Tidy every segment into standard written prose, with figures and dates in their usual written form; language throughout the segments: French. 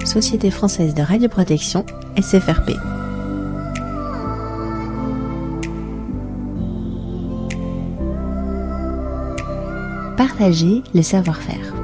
Société française de radioprotection, SFRP. Partager le savoir-faire.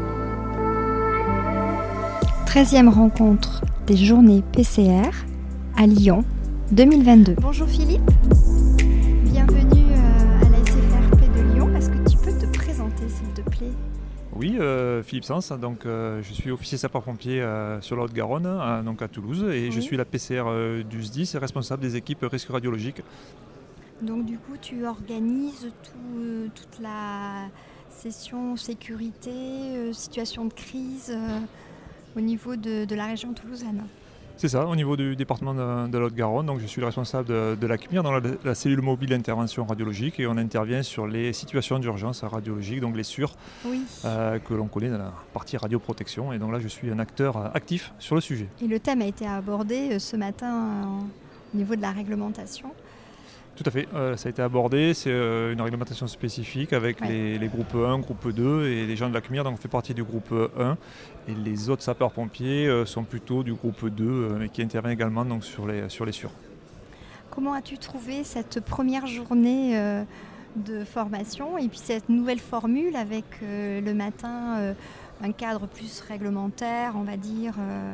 13e rencontre des journées PCR à Lyon 2022. Bonjour Philippe, bienvenue à la SFRP de Lyon. Est-ce que tu peux te présenter s'il te plaît ? Oui, Philippe Sens, donc je suis officier sapeur-pompier sur la Haute-Garonne, donc à Toulouse, et je suis la PCR du SDIS et responsable des équipes risques radiologiques. Donc du coup tu organises toute la session sécurité, situation de crise au niveau de la région toulousaine. C'est ça, au niveau du département de la Haute-Garonne, donc je suis le responsable de la CMIR, dans la cellule mobile d'intervention radiologique, et on intervient sur les situations d'urgence radiologique, donc les SUR, que l'on connaît dans la partie radioprotection, et donc là je suis un acteur actif sur le sujet. Et le thème a été abordé ce matin au niveau de la réglementation. Tout à fait, ça a été abordé, c'est une réglementation spécifique avec les groupes 1, groupe 2 et les gens de la CMIR, donc on fait partie du groupe 1 et les autres sapeurs-pompiers sont plutôt du groupe 2 mais qui interviennent également donc, sur les SUR. Comment as-tu trouvé cette première journée de formation et puis cette nouvelle formule avec le matin un cadre plus réglementaire, on va dire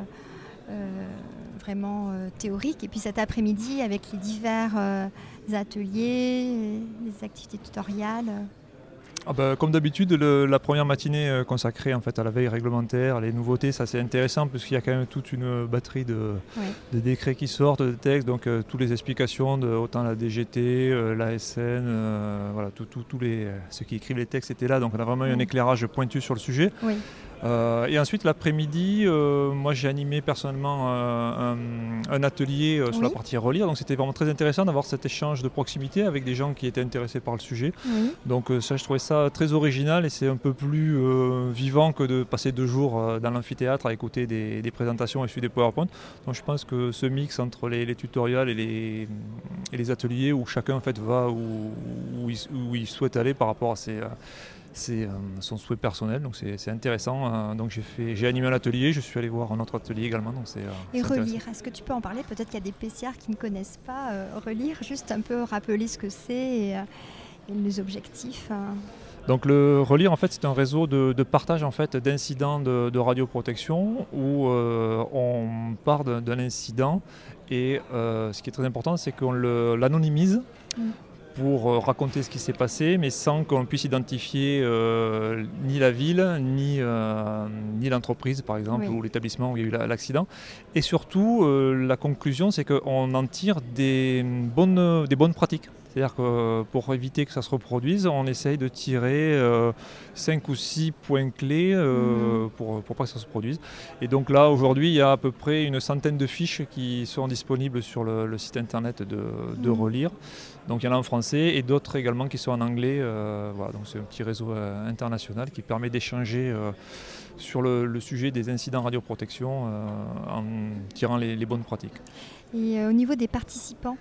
vraiment théorique, et puis cet après-midi avec les divers ateliers, les activités tutoriales. Comme d'habitude, la première matinée consacrée en fait, à la veille réglementaire, les nouveautés, ça c'est intéressant parce qu'il y a quand même toute une batterie de décrets qui sortent, de textes, donc toutes les explications de autant la DGT, l'ASN, voilà, tous ceux qui écrivent les textes étaient là, donc on a vraiment eu un éclairage pointu sur le sujet. Oui. Et ensuite l'après-midi, moi j'ai animé personnellement un atelier sur la partie relire, donc c'était vraiment très intéressant d'avoir cet échange de proximité avec des gens qui étaient intéressés par le sujet. Donc ça je trouvais ça très original et c'est un peu plus vivant que de passer 2 jours dans l'amphithéâtre à écouter des présentations et suivre des PowerPoint. Donc je pense que ce mix entre les tutoriels et les ateliers où chacun en fait va où il souhaite aller par rapport à c'est son souhait personnel, donc c'est intéressant. Donc j'ai animé un atelier, je suis allé voir un autre atelier également. Donc et relire, est-ce que tu peux en parler ? Peut-être qu'il y a des PCR qui ne connaissent pas relire, juste un peu rappeler ce que c'est et les objectifs. Donc le relire en fait c'est un réseau de partage en fait d'incidents de radioprotection où on part d'un incident et ce qui est très important c'est qu'on l'anonymise. Pour raconter ce qui s'est passé, mais sans qu'on puisse identifier ni la ville, ni l'entreprise, par exemple, ou l'établissement où il y a eu l'accident. Et surtout, la conclusion, c'est qu'on en tire des bonnes pratiques. C'est-à-dire que pour éviter que ça se reproduise, on essaye de tirer 5 ou 6 points clés pour pas que ça se produise. Et donc là, aujourd'hui, il y a à peu près une centaine de fiches qui sont disponibles sur le site internet de Relire. Donc il y en a en français et d'autres également qui sont en anglais. Voilà, donc c'est un petit réseau international qui permet d'échanger sur le sujet des incidents radioprotection en tirant les bonnes pratiques. Et au niveau des participants,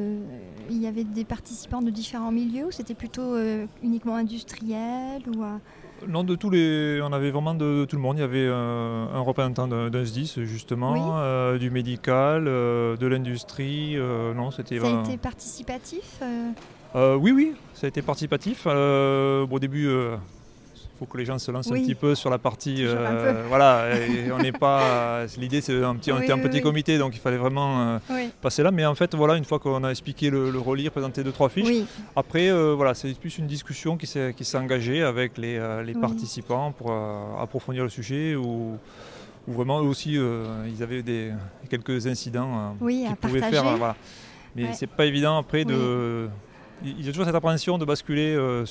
il y avait des participants de différents milieux ou c'était plutôt uniquement industriel ou Non, on avait vraiment de tout le monde. Il y avait un représentant d'un SDIS justement, du médical, de l'industrie. Non, c'était. Ça a été participatif Oui, ça a été participatif. Au début. Il faut que les gens se lancent un petit peu sur la partie. Voilà, on n'est pas. L'idée, c'est on était un petit comité, donc il fallait vraiment passer là. Mais en fait, voilà, une fois qu'on a expliqué le relire, présenté 2-3 fiches, après, voilà, c'est plus une discussion qui s'est engagée avec les participants pour approfondir le sujet ou vraiment eux aussi, ils avaient quelques incidents qu'ils pouvaient faire. Voilà. Mais c'est pas évident après de. Il y a toujours cette appréhension de basculer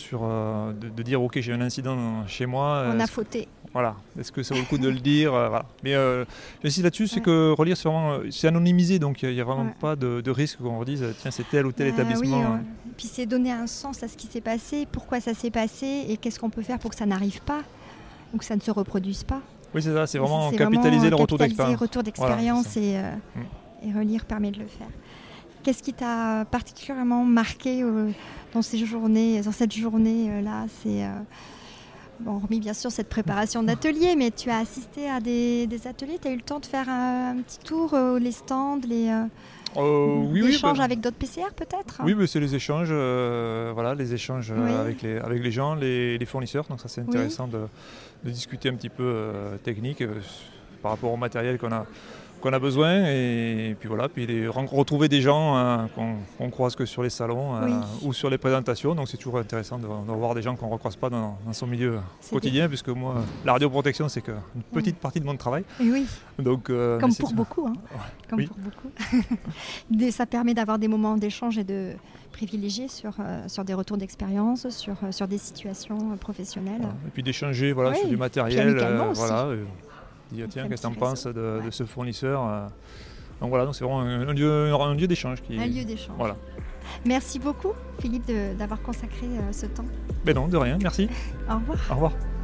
de dire ok j'ai un incident chez moi. On a fauté. Voilà. Est-ce que ça vaut le coup de le dire voilà. Mais j'insiste là-dessus, c'est que relire c'est anonymisé, donc il n'y a vraiment pas de risque qu'on redise tiens c'est tel ou tel établissement. Puis c'est donner un sens à ce qui s'est passé, pourquoi ça s'est passé et qu'est-ce qu'on peut faire pour que ça n'arrive pas ou que ça ne se reproduise pas. Oui c'est ça, c'est vraiment capitaliser le retour d'expérience. Retour d'expérience voilà, et relire permet de le faire. Qu'est-ce qui t'a particulièrement marqué dans cette journée-là ? C'est Bon, hormis bien sûr cette préparation d'atelier, mais tu as assisté à des ateliers, tu as eu le temps de faire un petit tour, les stands, les échanges avec d'autres PCR peut-être? Oui, mais c'est les échanges, les échanges avec les gens, les fournisseurs. Donc ça c'est intéressant de discuter un petit peu technique par rapport au matériel qu'on a besoin. Et puis voilà, puis retrouver des gens qu'on croise que sur les salons ou sur les présentations. Donc c'est toujours intéressant de voir des gens qu'on ne recroise pas dans son milieu quotidien, puisque moi, la radioprotection, c'est qu'une petite partie de mon travail. Et oui. Donc, comme pour beaucoup. Pour beaucoup. Ça permet d'avoir des moments d'échange et de privilégier sur des retours d'expérience, sur des situations professionnelles. Voilà. Et puis d'échanger sur du matériel. Tiens, qu'est-ce que tu en penses de ce fournisseur? Donc voilà, c'est vraiment un lieu d'échange. Un lieu d'échange. Voilà. Merci beaucoup, Philippe, d'avoir consacré ce temps. Ben non, de rien, merci. Au revoir. Au revoir.